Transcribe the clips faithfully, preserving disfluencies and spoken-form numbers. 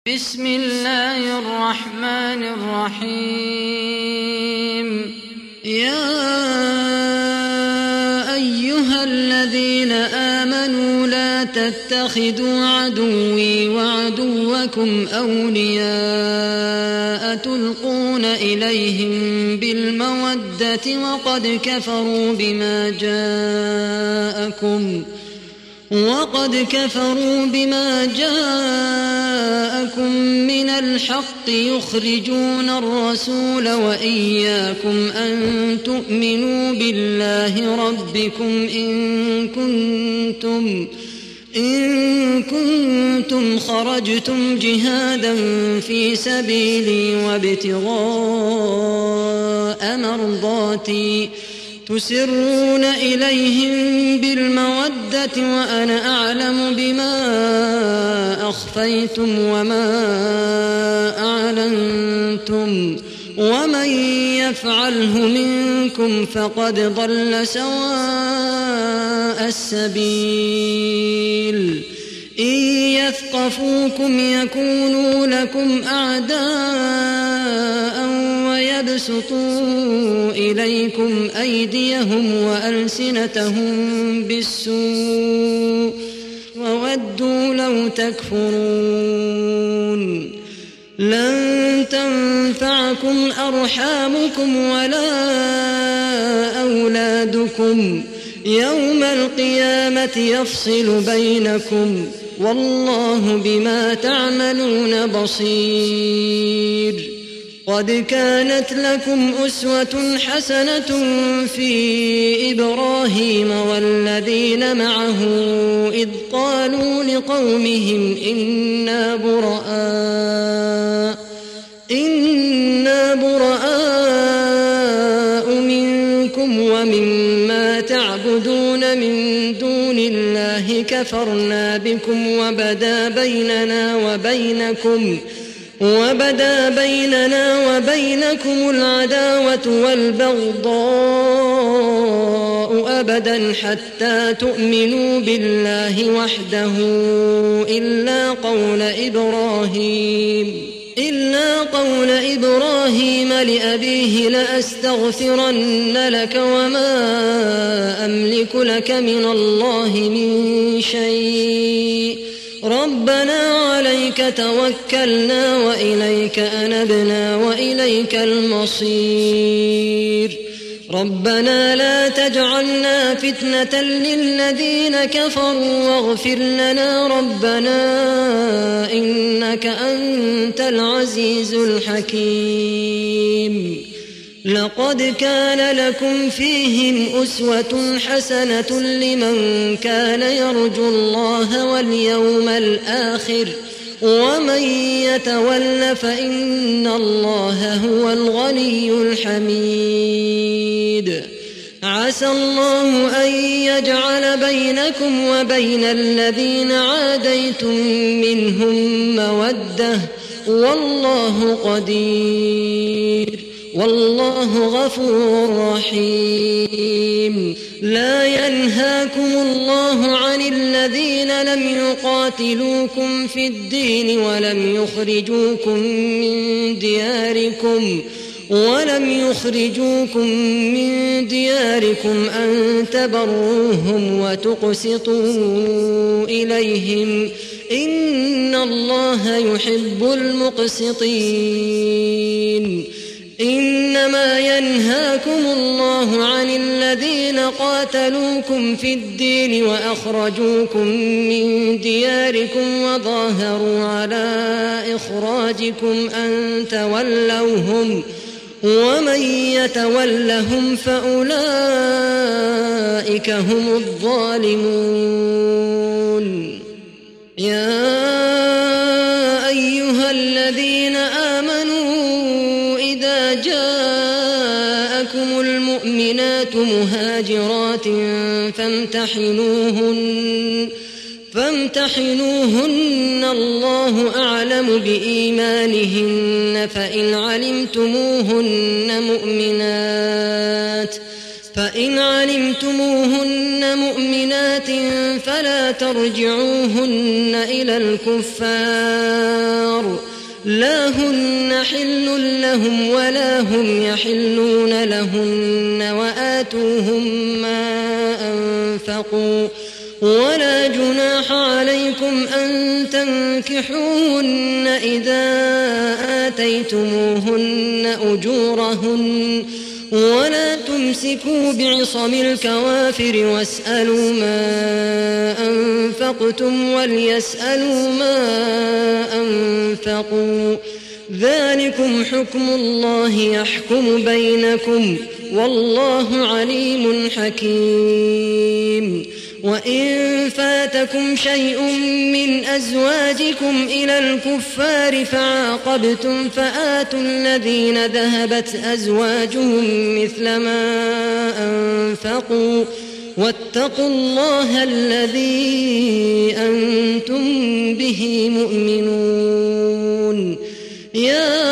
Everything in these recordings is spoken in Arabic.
بسم الله الرحمن الرحيم. يا أيها الذين آمنوا لا تتخذوا عدوي وعدوكم أولياء تلقون إليهم بالمودة وقد كفروا بما جاءكم وقد كفروا بما جاءكم من الحق يخرجون الرسول وإياكم أن تؤمنوا بالله ربكم إن كنتم إن كنتم خرجتم جهادا في سبيلي وابتغاء مرضاتي تسرون إليهم بالمودة وأنا أعلم بما أخفيتم وما أعلنتم ومن يفعله منكم فقد ضل سواء السبيل. إن يثقفوكم يكونوا لكم أعداء ويبسطوا إليكم أيديهم وألسنتهم بالسوء وودوا لو تكفرون. لن تنفعكم أرحامكم ولا أولادكم يوم القيامة يفصل بينكم والله بما تعملون بصير. قد كانت لكم أسوة حسنة في إبراهيم والذين معه إذ قالوا لقومهم إنا براء إنا براء منكم ومما تعبدون من دون الله كفرنا بكم وبدا بيننا وبينكم وبدا بيننا وبينكم العداوة والبغضاء أبدا حتى تؤمنوا بالله وحده إلا قول إبراهيم إلا قول إبراهيم لأبيه لأستغفرن لك وما أملك لك من الله من شيء ربنا عليك توكلنا وإليك أنبنا وإليك المصير. ربنا لا تجعلنا فتنة للذين كفروا واغفر لنا ربنا إنك أنت العزيز الحكيم. لقد كان لكم فيهم أسوة حسنة لمن كان يرجو الله واليوم الآخر ومن يتول فإن الله هو الغني الحميد. عسى الله أن يجعل بينكم وبين الذين عاديتم منهم مودة والله قدير والله غفور رحيم. لا ينهاكم الله عن الذين لم يقاتلوكم في الدين ولم يخرجوكم من دياركم ولم يخرجوكم من دياركم أن تبروهم وتقسطوا إليهم إن الله يحب المقسطين. إنما ينهاكم الله عن الذين قاتلوكم في الدين وأخرجوكم من دياركم وظاهروا على إخراجكم أن تولوهم ومن يتولهم فأولئك هم الظالمون. يا أيها الذين آمنوا إذا جاءكم المؤمنات مهاجرات فامتحنوهن فامتحنوهن الله أعلم بإيمانهن فإن علمتموهن مؤمنات فإن علمتموهن مؤمنات فلا ترجعوهن إلى الكفار لا هن حل لهم ولا هم يحلون لهن وآتوهم ما أنفقوا ولا جناح عليكم أن تنكحوهن إذا آتيتموهن أجورهن ولا تمسكوا بعصم الكوافر واسألوا ما أنفقتم وليسألوا ما أنفقوا ذلكم حكم الله يحكم بينكم والله عليم حكيم وإن فاتكم شيء من أزواجكم إلى الكفار فعاقبتم فآتوا الذين ذهبت أزواجهم مثل ما أنفقوا واتقوا الله الذي أنتم به مؤمنون يا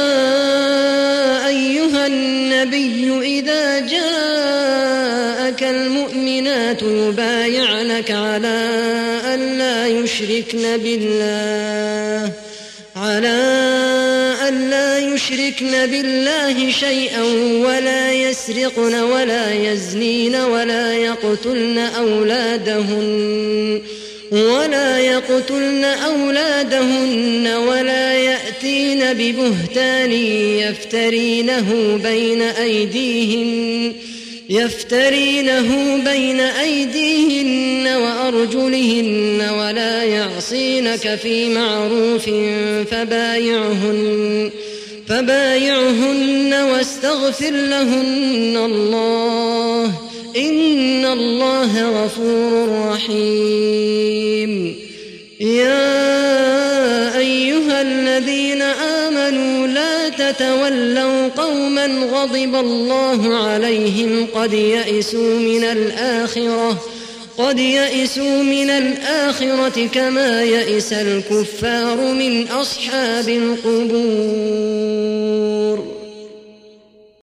أيها النبي إذا جاءك المؤمنات يبايعنك على أن لا يشركن بالله على أن لا يشركن بالله شيئا ولا يسرقن ولا يزنين ولا يقتلن أولادهن ولا يقتلن أولادهن ولا يأتين ببهتان يفترينه بين أيديهن يفترينه بين أيديهن وأرجلهن ولا يعصينك في معروف فبايعهن فبايعهن واستغفر لهن الله إن الله غفور رحيم يا أيها الذين آمنوا لا تتولوا قوما غضب الله عليهم قد يئسوا من الآخرة قد يئسوا من الآخرة كما يئس الكفار من أصحاب القبور.